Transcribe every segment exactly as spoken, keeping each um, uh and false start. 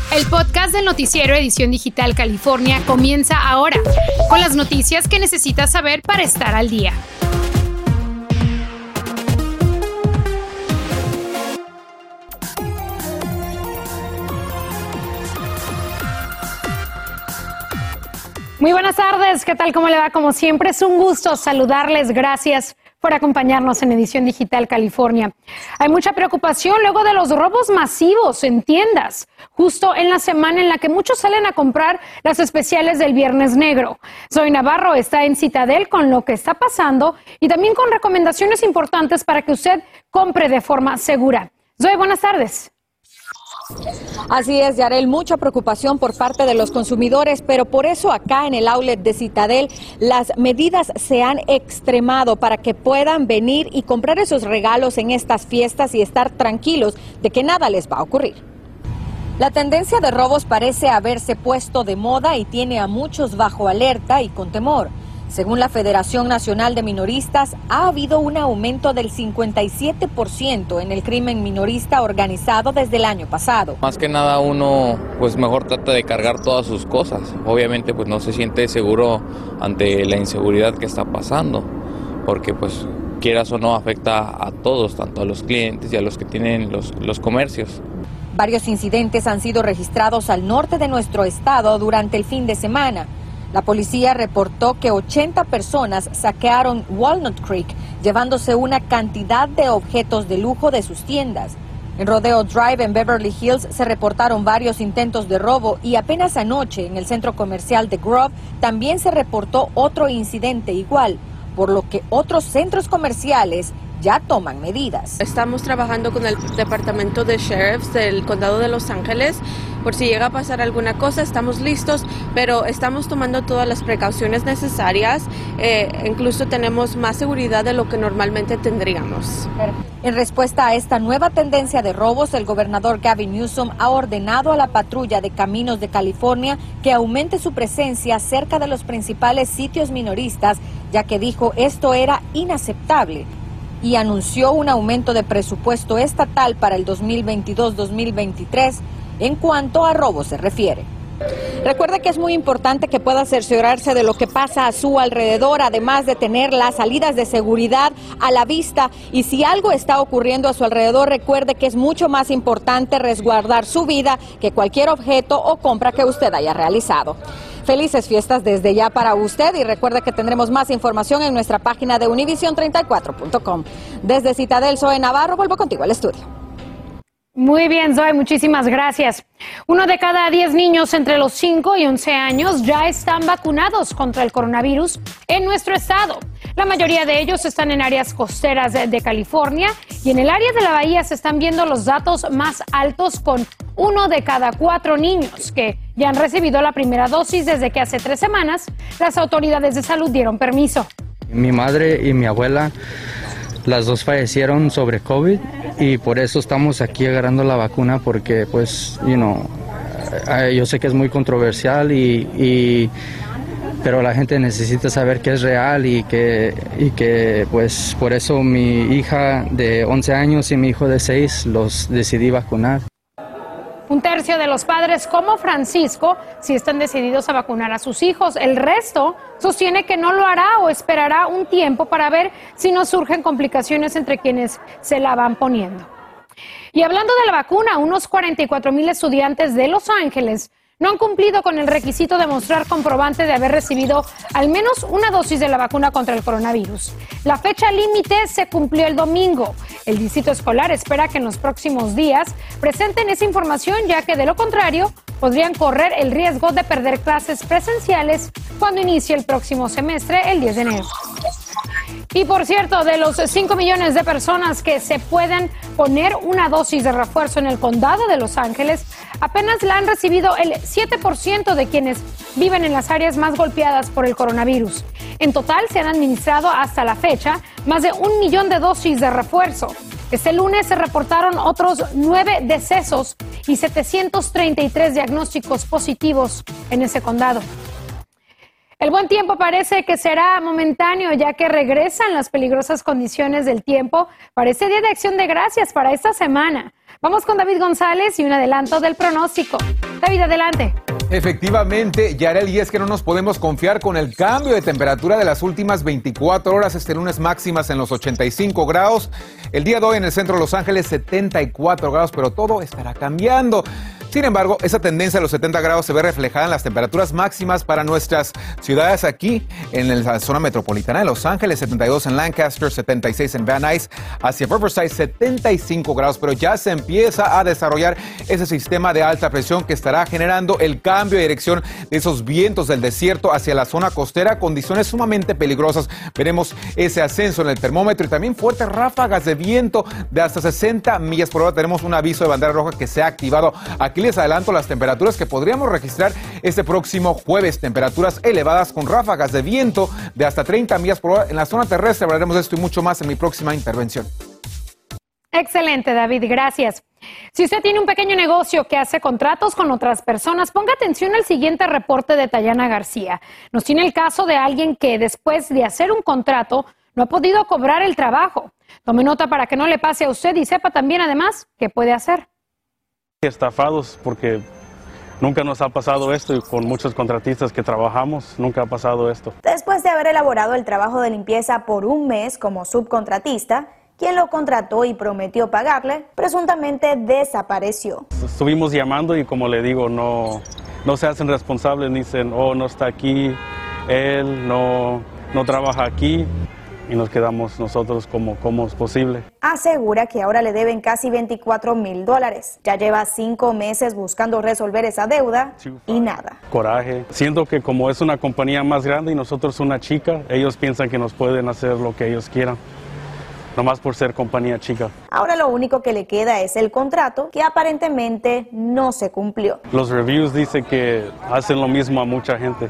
El podcast del noticiero Edición Digital California comienza ahora, con las noticias que necesitas saber para estar al día. Muy buenas tardes, ¿qué tal? ¿Cómo le va? Como siempre, es un gusto saludarles. Gracias por acompañarnos en Edición Digital California. Hay mucha preocupación luego de los robos masivos en tiendas, justo en la semana en la que muchos salen a comprar las especiales del Viernes Negro. Zoe Navarro está en Citadel con lo que está pasando y también con recomendaciones importantes para que usted compre de forma segura. Zoe, buenas tardes. Así es, Yarel, mucha preocupación por parte de los consumidores, pero por eso acá en el outlet de Citadel las medidas se han extremado para que puedan venir y comprar esos regalos en estas fiestas y estar tranquilos de que nada les va a ocurrir. La tendencia de robos parece haberse puesto de moda y tiene a muchos bajo alerta y con temor. Según la Federación Nacional de Minoristas, ha habido un aumento del cincuenta y siete por ciento en el crimen minorista organizado desde el año pasado. Más que nada uno pues mejor trata de cargar todas sus cosas. Obviamente pues no se siente seguro ante la inseguridad que está pasando, porque pues quieras o no afecta a todos, tanto a los clientes y a los que tienen los, los comercios. Varios incidentes han sido registrados al norte de nuestro estado durante el fin de semana. La policía reportó que ochenta personas saquearon Walnut Creek, llevándose una cantidad de objetos de lujo de sus tiendas. En Rodeo Drive, en Beverly Hills, se reportaron varios intentos de robo y apenas anoche, en el centro comercial de Grove, también se reportó otro incidente igual, por lo que otros centros comerciales ya toman medidas. Estamos trabajando con el departamento de sheriffs del condado de Los Ángeles. Por si llega a pasar alguna cosa, estamos listos, pero estamos tomando todas las precauciones necesarias. Eh, incluso tenemos más seguridad de lo que normalmente tendríamos. En respuesta a esta nueva tendencia de robos, el gobernador Gavin Newsom ha ordenado a la patrulla de caminos de California que aumente su presencia cerca de los principales sitios minoristas, ya que dijo esto era inaceptable, y anunció un aumento de presupuesto estatal para el dos mil veintidós dos mil veintitrés en cuanto a robo se refiere. Recuerde que es muy importante que pueda cerciorarse de lo que pasa a su alrededor, además de tener las salidas de seguridad a la vista, y si algo está ocurriendo a su alrededor, recuerde que es mucho más importante resguardar su vida que cualquier objeto o compra que usted haya realizado. Felices fiestas desde ya para usted y recuerde que tendremos más información en nuestra página de univision treinta y cuatro punto com. Desde Citadel, Zoe Navarro, vuelvo contigo al estudio. Muy bien, Zoe, muchísimas gracias. Uno de cada diez niños entre los cinco y once años ya están vacunados contra el coronavirus en nuestro estado. La mayoría de ellos están en áreas costeras de, de California y en el área de la bahía se están viendo los datos más altos, con uno de cada cuatro niños que ya han recibido la primera dosis desde que hace tres semanas las autoridades de salud dieron permiso. Mi madre y mi abuela, las dos fallecieron sobre COVID y por eso estamos aquí agarrando la vacuna, porque pues, you know, yo sé que es muy controversial y, y pero la gente necesita saber que es real y que, y que pues por eso mi hija de once años y mi hijo de seis los decidí vacunar. Un tercio de los padres, como Francisco, sí están decididos a vacunar a sus hijos. El resto sostiene que no lo hará o esperará un tiempo para ver si no surgen complicaciones entre quienes se la van poniendo. Y hablando de la vacuna, unos cuarenta y cuatro mil estudiantes de Los Ángeles no han cumplido con el requisito de mostrar comprobante de haber recibido al menos una dosis de la vacuna contra el coronavirus. La fecha límite se cumplió el domingo. El distrito escolar espera que en los próximos días presenten esa información, ya que de lo contrario podrían correr el riesgo de perder clases presenciales cuando inicie el próximo semestre, el diez de enero. Y por cierto, de los cinco millones de personas que se pueden poner una dosis de refuerzo en el condado de Los Ángeles, apenas la han recibido el siete por ciento de quienes viven en las áreas más golpeadas por el coronavirus. En total se han administrado hasta la fecha más de un millón de dosis de refuerzo. Este lunes se reportaron otros nueve decesos y setecientos treinta y tres diagnósticos positivos en ese condado. El buen tiempo parece que será momentáneo, ya que regresan las peligrosas condiciones del tiempo para este Día de Acción de Gracias para esta semana. Vamos con David González y un adelanto del pronóstico. David, adelante. Efectivamente, Yarel, y es que no nos podemos confiar con el cambio de temperatura de las últimas veinticuatro horas. Este lunes máximas en los ochenta y cinco grados. El día de hoy en el centro de Los Ángeles setenta y cuatro grados, pero todo estará cambiando. Sin embargo, esa tendencia a los setenta grados se ve reflejada en las temperaturas máximas para nuestras ciudades aquí en la zona metropolitana de Los Ángeles, setenta y dos en Lancaster, setenta y seis en Van Nuys, hacia Riverside setenta y cinco grados, pero ya se empieza a desarrollar ese sistema de alta presión que estará generando el cambio de dirección de esos vientos del desierto hacia la zona costera, condiciones sumamente peligrosas. Veremos ese ascenso en el termómetro y también fuertes ráfagas de viento de hasta sesenta millas por hora. Tenemos un aviso de bandera roja que se ha activado. Aquí les adelanto las temperaturas que podríamos registrar este próximo jueves. Temperaturas elevadas con ráfagas de viento de hasta treinta millas por hora en la zona terrestre. Hablaremos de esto y mucho más en mi próxima intervención. Excelente, David, gracias. Si usted tiene un pequeño negocio que hace contratos con otras personas, ponga atención al siguiente reporte de Tayana García. Nos tiene el caso de alguien que después de hacer un contrato no ha podido cobrar el trabajo. Tome nota para que no le pase a usted y sepa también además qué puede hacer. Estafados porque nunca nos ha pasado esto y con muchos contratistas que trabajamos nunca ha pasado esto. Después de haber elaborado el trabajo de limpieza por un mes como subcontratista, quien lo contrató y prometió pagarle, presuntamente desapareció. Estuvimos llamando y como le digo, no, no se hacen responsables, dicen, oh, no está aquí, él no, no trabaja aquí. Y nos quedamos nosotros como, como es posible. Asegura que ahora le deben casi veinticuatro mil dólares. Ya lleva cinco meses buscando resolver esa deuda y nada. Coraje. Siento que como es una compañía más grande y nosotros una chica, ellos piensan que nos pueden hacer lo que ellos quieran. Nomás por ser compañía chica. Ahora lo único que le queda es el contrato, que aparentemente no se cumplió. Los reviews dicen que hacen lo mismo a mucha gente,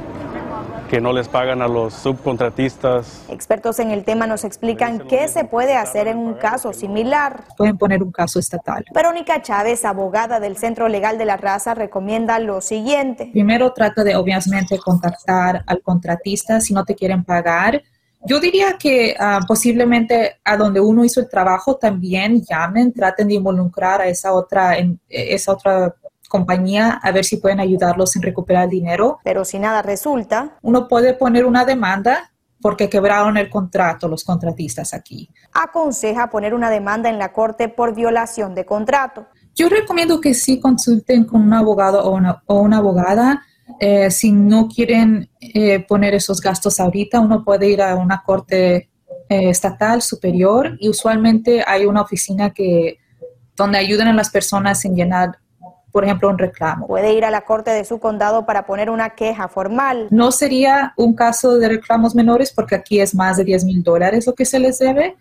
que no les pagan a los subcontratistas. Expertos en el tema nos explican qué se puede hacer en un caso similar. Pueden poner un caso estatal. Verónica Chávez, abogada del Centro Legal de la Raza, recomienda lo siguiente. Primero trata de obviamente contactar al contratista si no te quieren pagar. Yo diría que uh, posiblemente a donde uno hizo el trabajo también llamen, traten de involucrar a esa otra, en, esa otra compañía a ver si pueden ayudarlos en recuperar el dinero. Pero si nada resulta, uno puede poner una demanda porque quebraron el contrato los contratistas aquí. Aconseja poner una demanda en la corte por violación de contrato. Yo recomiendo que sí consulten con un abogado o una, o una abogada. Eh, si no quieren eh, poner esos gastos ahorita, uno puede ir a una corte eh, estatal superior y usualmente hay una oficina que donde ayudan a las personas en llenar, por ejemplo, un reclamo. Puede ir a la corte de su condado para poner una queja formal. No sería un caso de reclamos menores porque aquí es más de diez mil dólares lo que se les debe.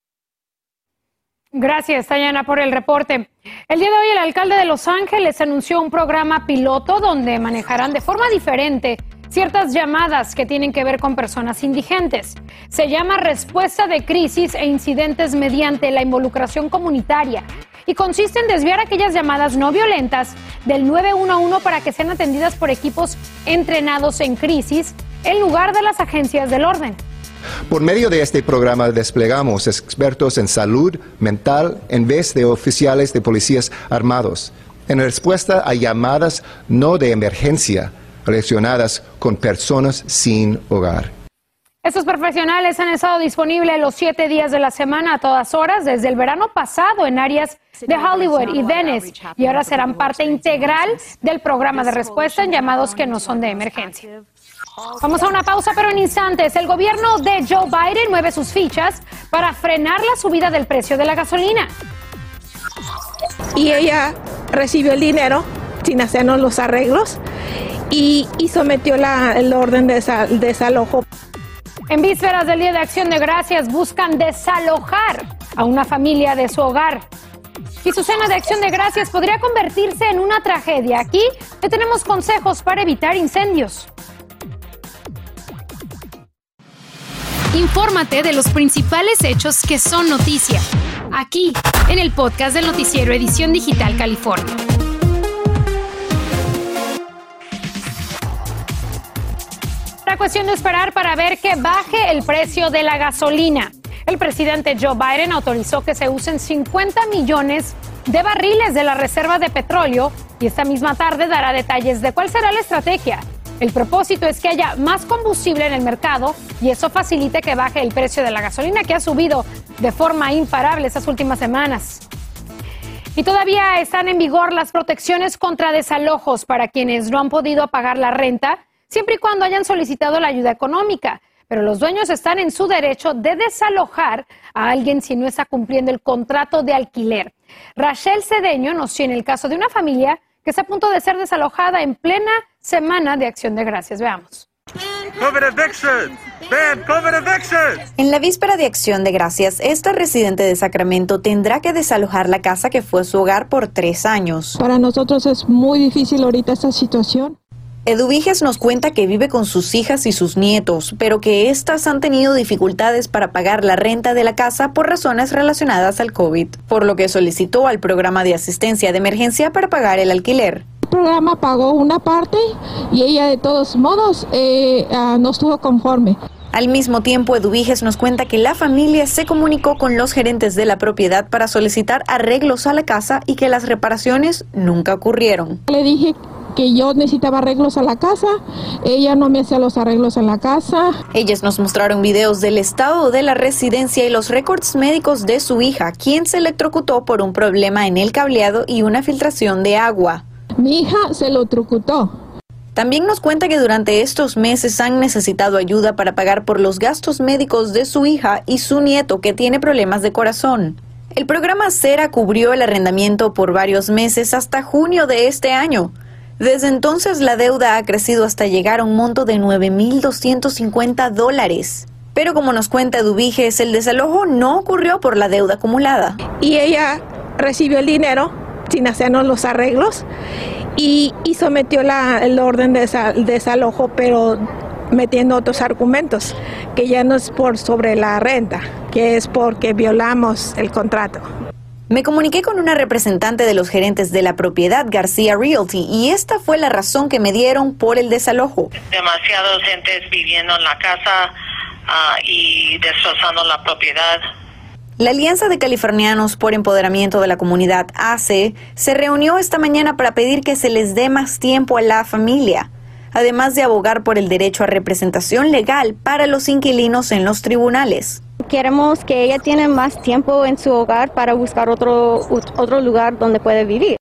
Gracias, Tayana, por el reporte. El día de hoy el alcalde de Los Ángeles anunció un programa piloto donde manejarán de forma diferente ciertas llamadas que tienen que ver con personas indigentes. Se llama Respuesta de Crisis e Incidentes mediante la involucración comunitaria y consiste en desviar aquellas llamadas no violentas del nueve uno uno para que sean atendidas por equipos entrenados en crisis en lugar de las agencias del orden. Por medio de este programa desplegamos expertos en salud mental en vez de oficiales de policías armados, en respuesta a llamadas no de emergencia relacionadas con personas sin hogar. Estos profesionales han estado disponibles los siete días de la semana a todas horas desde el verano pasado en áreas de Hollywood y Venice y ahora serán parte integral del programa de respuesta en llamados que no son de emergencia. Vamos a una pausa, pero en instantes. El gobierno de Joe Biden mueve sus fichas para frenar la subida del precio de la gasolina. Y ella recibió el dinero sin hacernos los arreglos y, y sometió la, el orden de desal, desalojo. En vísperas del Día de Acción de Gracias buscan desalojar a una familia de su hogar. Y su cena de Acción de Gracias podría convertirse en una tragedia. Aquí le tenemos consejos para evitar incendios. Infórmate de los principales hechos que son noticia, aquí, en el podcast del noticiero Edición Digital California. La cuestión de esperar para ver que baje el precio de la gasolina. El presidente Joe Biden autorizó que se usen cincuenta millones de barriles de la reserva de petróleo y esta misma tarde dará detalles de cuál será la estrategia. El propósito es que haya más combustible en el mercado y eso facilite que baje el precio de la gasolina, que ha subido de forma imparable estas últimas semanas. Y todavía están en vigor las protecciones contra desalojos para quienes no han podido pagar la renta, siempre y cuando hayan solicitado la ayuda económica. Pero los dueños están en su derecho de desalojar a alguien si no está cumpliendo el contrato de alquiler. Rachel Cedeño nos tiene el caso de una familia que está a punto de ser desalojada en plena semana de Acción de Gracias. Veamos. En la víspera de Acción de Gracias, esta residente de Sacramento tendrá que desalojar la casa que fue su hogar por tres años. Para nosotros es muy difícil ahorita esta situación. Eduviges nos cuenta que vive con sus hijas y sus nietos, pero que éstas han tenido dificultades para pagar la renta de la casa por razones relacionadas al COVID, por lo que solicitó al programa de asistencia de emergencia para pagar el alquiler. El programa pagó una parte y ella de todos modos eh, uh, no estuvo conforme. Al mismo tiempo, Eduviges nos cuenta que la familia se comunicó con los gerentes de la propiedad para solicitar arreglos a la casa y que las reparaciones nunca ocurrieron. Le dije que yo necesitaba arreglos a la casa, ella no me hacía los arreglos en la casa. Ellas nos mostraron videos del estado de la residencia y los récords médicos de su hija, quien se electrocutó por un problema en el cableado y una filtración de agua. Mi hija se electrocutó. También nos cuenta que durante estos meses han necesitado ayuda para pagar por los gastos médicos de su hija y su nieto, que tiene problemas de corazón. El programa Cera cubrió el arrendamiento por varios meses hasta junio de este año. Desde entonces la deuda ha crecido hasta llegar a un monto de nueve mil doscientos cincuenta dólares. Pero como nos cuenta Eduviges, el desalojo no ocurrió por la deuda acumulada. Y ella recibió el dinero sin hacernos los arreglos y, y sometió la, el orden de desal, desalojo, pero metiendo otros argumentos, que ya no es por sobre la renta, que es porque violamos el contrato. Me comuniqué con una representante de los gerentes de la propiedad, García Realty, y esta fue la razón que me dieron por el desalojo. Demasiadas gentes viviendo en la casa uh, y destrozando la propiedad. La Alianza de Californianos por Empoderamiento de la Comunidad, A C E, se reunió esta mañana para pedir que se les dé más tiempo a la familia, además de abogar por el derecho a representación legal para los inquilinos en los tribunales. Queremos que ella tenga más tiempo en su hogar para buscar otro, otro lugar donde puede vivir.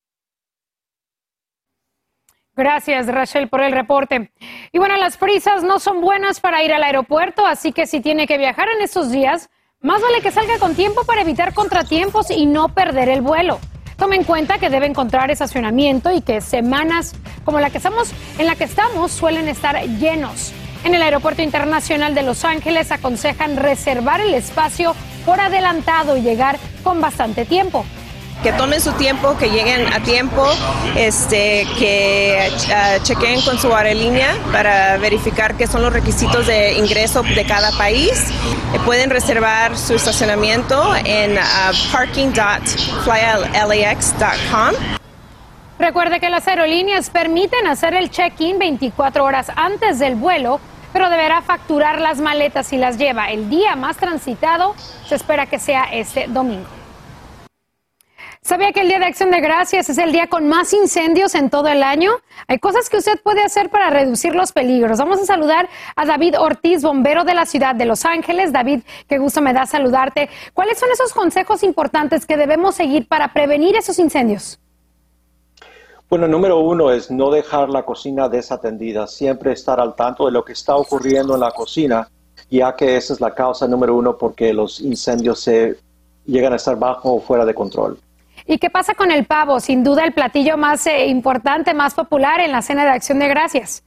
Gracias, Rachel, por el reporte. Y bueno, las prisas no son buenas para ir al aeropuerto, así que si tiene que viajar en estos días, más vale que salga con tiempo para evitar contratiempos y no perder el vuelo. Tome en cuenta que debe encontrar estacionamiento y que semanas como la que estamos, en la que estamos suelen estar llenos. En el Aeropuerto Internacional de Los Ángeles aconsejan reservar el espacio por adelantado y llegar con bastante tiempo. Que tomen su tiempo, que lleguen a tiempo, este, que uh, chequen con su aerolínea para verificar qué son los requisitos de ingreso de cada país. Eh, pueden reservar su estacionamiento en uh, parking punto fly L A X punto com. Recuerde que las aerolíneas permiten hacer el check-in veinticuatro horas antes del vuelo, pero deberá facturar las maletas si las lleva. El día más transitado se espera que sea este domingo. ¿Sabía que el Día de Acción de Gracias es el día con más incendios en todo el año? Hay cosas que usted puede hacer para reducir los peligros. Vamos a saludar a David Ortiz, bombero de la ciudad de Los Ángeles. David, qué gusto me da saludarte. ¿Cuáles son esos consejos importantes que debemos seguir para prevenir esos incendios? Bueno, número uno es no dejar la cocina desatendida, siempre estar al tanto de lo que está ocurriendo en la cocina, ya que esa es la causa número uno porque los incendios se llegan a estar bajo o fuera de control. ¿Y qué pasa con el pavo? Sin duda el platillo más eh, importante, más popular en la cena de Acción de Gracias.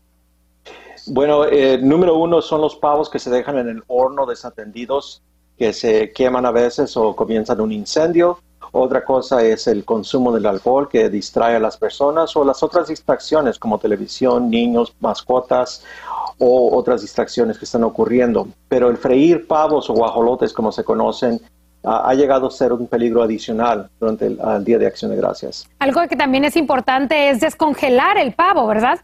Bueno, eh, número uno son los pavos que se dejan en el horno desatendidos, que se queman a veces o comienzan un incendio. Otra cosa es el consumo del alcohol que distrae a las personas o las otras distracciones como televisión, niños, mascotas o otras distracciones que están ocurriendo. Pero el freír pavos o guajolotes, como se conocen, ha llegado a ser un peligro adicional durante el, el Día de Acción de Gracias. Algo que también es importante es descongelar el pavo, ¿verdad?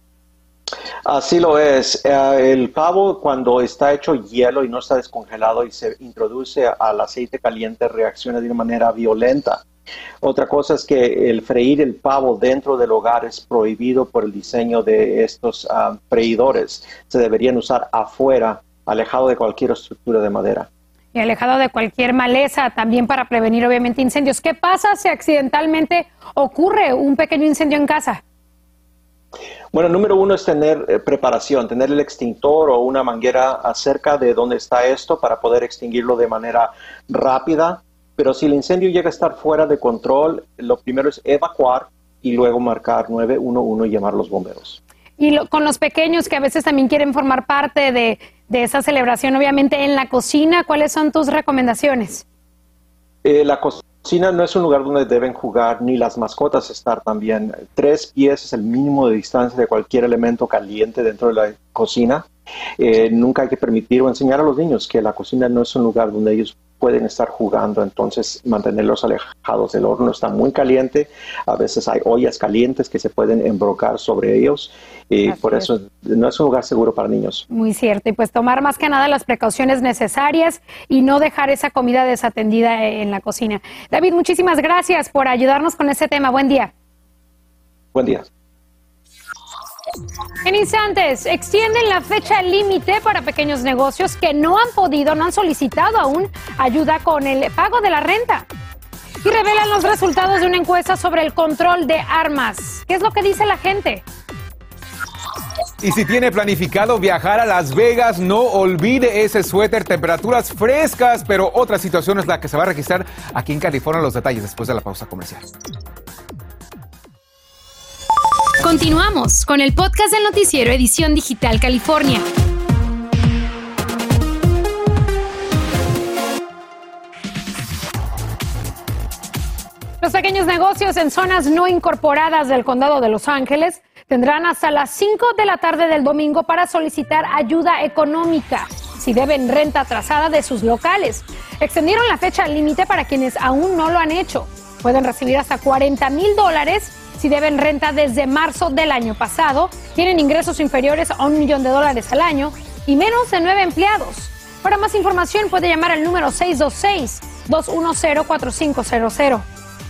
Así lo es. Eh, el pavo, cuando está hecho hielo y no está descongelado y se introduce al aceite caliente, reacciona de una manera violenta Otra cosa es que el freír el pavo dentro del hogar es prohibido por el diseño de estos uh, freidores. Se deberían usar afuera, alejado de cualquier estructura de madera. Y alejado de cualquier maleza, también para prevenir obviamente incendios. ¿Qué pasa si accidentalmente ocurre un pequeño incendio en casa? Bueno, número uno es tener eh, preparación, tener el extintor o una manguera cerca de donde está esto para poder extinguirlo de manera rápida. Pero si el incendio llega a estar fuera de control, lo primero es evacuar y luego marcar nueve uno uno y llamar a los bomberos. Y lo, con los pequeños que a veces también quieren formar parte de, de esa celebración, obviamente en la cocina, ¿cuáles son tus recomendaciones? Eh, la cocina no es un lugar donde deben jugar ni las mascotas estar también. Tres pies es el mínimo de distancia de cualquier elemento caliente dentro de la cocina. Eh, nunca hay que permitir o enseñar a los niños que la cocina no es un lugar donde ellos pueden estar jugando, entonces mantenerlos alejados del horno. Está muy caliente, a veces hay ollas calientes que se pueden embrocar sobre ellos y Así por eso es. no es un lugar seguro para niños. Muy cierto, y pues tomar más que nada las precauciones necesarias y no dejar esa comida desatendida en la cocina. David, muchísimas gracias por ayudarnos con este tema. Buen día. Buen día. En instantes, extienden la fecha límite para pequeños negocios que no han podido, no han solicitado aún ayuda con el pago de la renta. Y revelan los resultados de una encuesta sobre el control de armas. ¿Qué es lo que dice la gente? Y si tiene planificado viajar a Las Vegas, no olvide ese suéter, temperaturas frescas, pero otra situación es la que se va a registrar aquí en California. Los detalles después de la pausa comercial. Continuamos con el podcast del noticiero Edición Digital California. Los pequeños negocios en zonas no incorporadas del condado de Los Ángeles tendrán hasta las cinco de la tarde del domingo para solicitar ayuda económica si deben renta atrasada de sus locales. Extendieron la fecha límite para quienes aún no lo han hecho. Pueden recibir hasta cuarenta mil dólares si deben renta desde marzo del año pasado, tienen ingresos inferiores a un millón de dólares al año y menos de nueve empleados. Para más información puede llamar al número seis dos seis, dos uno cero, cuatro cinco cero cero.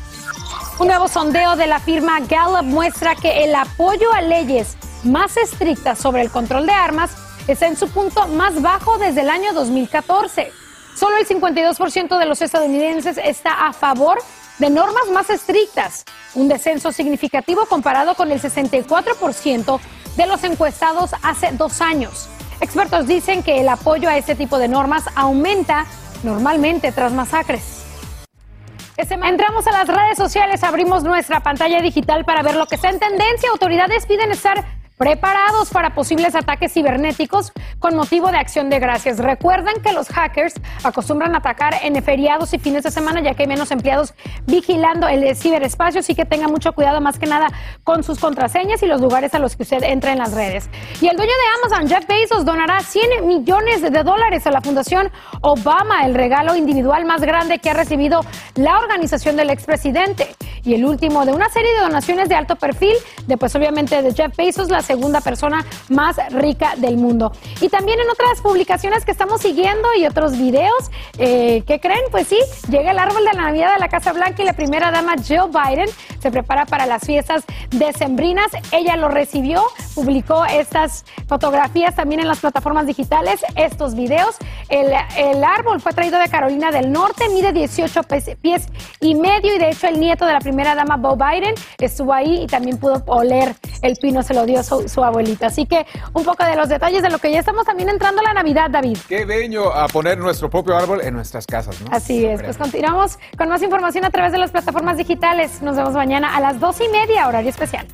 Un nuevo sondeo de la firma Gallup muestra que el apoyo a leyes más estrictas sobre el control de armas está en su punto más bajo desde el año dos mil catorce. Solo el cincuenta y dos por ciento de los estadounidenses está a favor de normas más estrictas, un descenso significativo comparado con el sesenta y cuatro por ciento de los encuestados hace dos años. Expertos dicen que el apoyo a este tipo de normas aumenta normalmente tras masacres. Entramos a las redes sociales, abrimos nuestra pantalla digital para ver lo que está en tendencia. Autoridades piden estar preparados para posibles ataques cibernéticos con motivo de Acción de Gracias. Recuerden que los hackers acostumbran a atacar en feriados y fines de semana, ya que hay menos empleados vigilando el ciberespacio, así que tenga mucho cuidado más que nada con sus contraseñas y los lugares a los que usted entra en las redes. Y el dueño de Amazon, Jeff Bezos, donará cien millones de dólares a la Fundación Obama, el regalo individual más grande que ha recibido la organización del expresidente. Y el último de una serie de donaciones de alto perfil, de pues obviamente de Jeff Bezos, la segunda persona más rica del mundo. Y también en otras publicaciones que estamos siguiendo y otros videos, eh, ¿qué creen? Pues sí, llega el árbol de la Navidad de la Casa Blanca y la primera dama Jill Biden se prepara para las fiestas decembrinas. Ella lo recibió, publicó estas fotografías también en las plataformas digitales, estos videos. El, el árbol fue traído de Carolina del Norte, mide dieciocho pies y medio y de hecho el nieto de la primera dama, Beau Biden, estuvo ahí y también pudo oler el pino, se lo dio su, su abuelita. Así que un poco de los detalles de lo que ya estamos también entrando a la Navidad, David. Qué bello a poner nuestro propio árbol en nuestras casas, ¿no? Así es, pues continuamos con más información a través de las plataformas digitales. Nos vemos mañana a las dos y media, horario especial.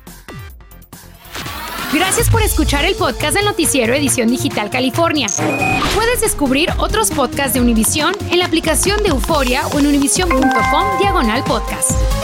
Gracias por escuchar el podcast del noticiero Edición Digital California. Puedes descubrir otros podcasts de Univision en la aplicación de Euforia o en univision punto com diagonal podcast.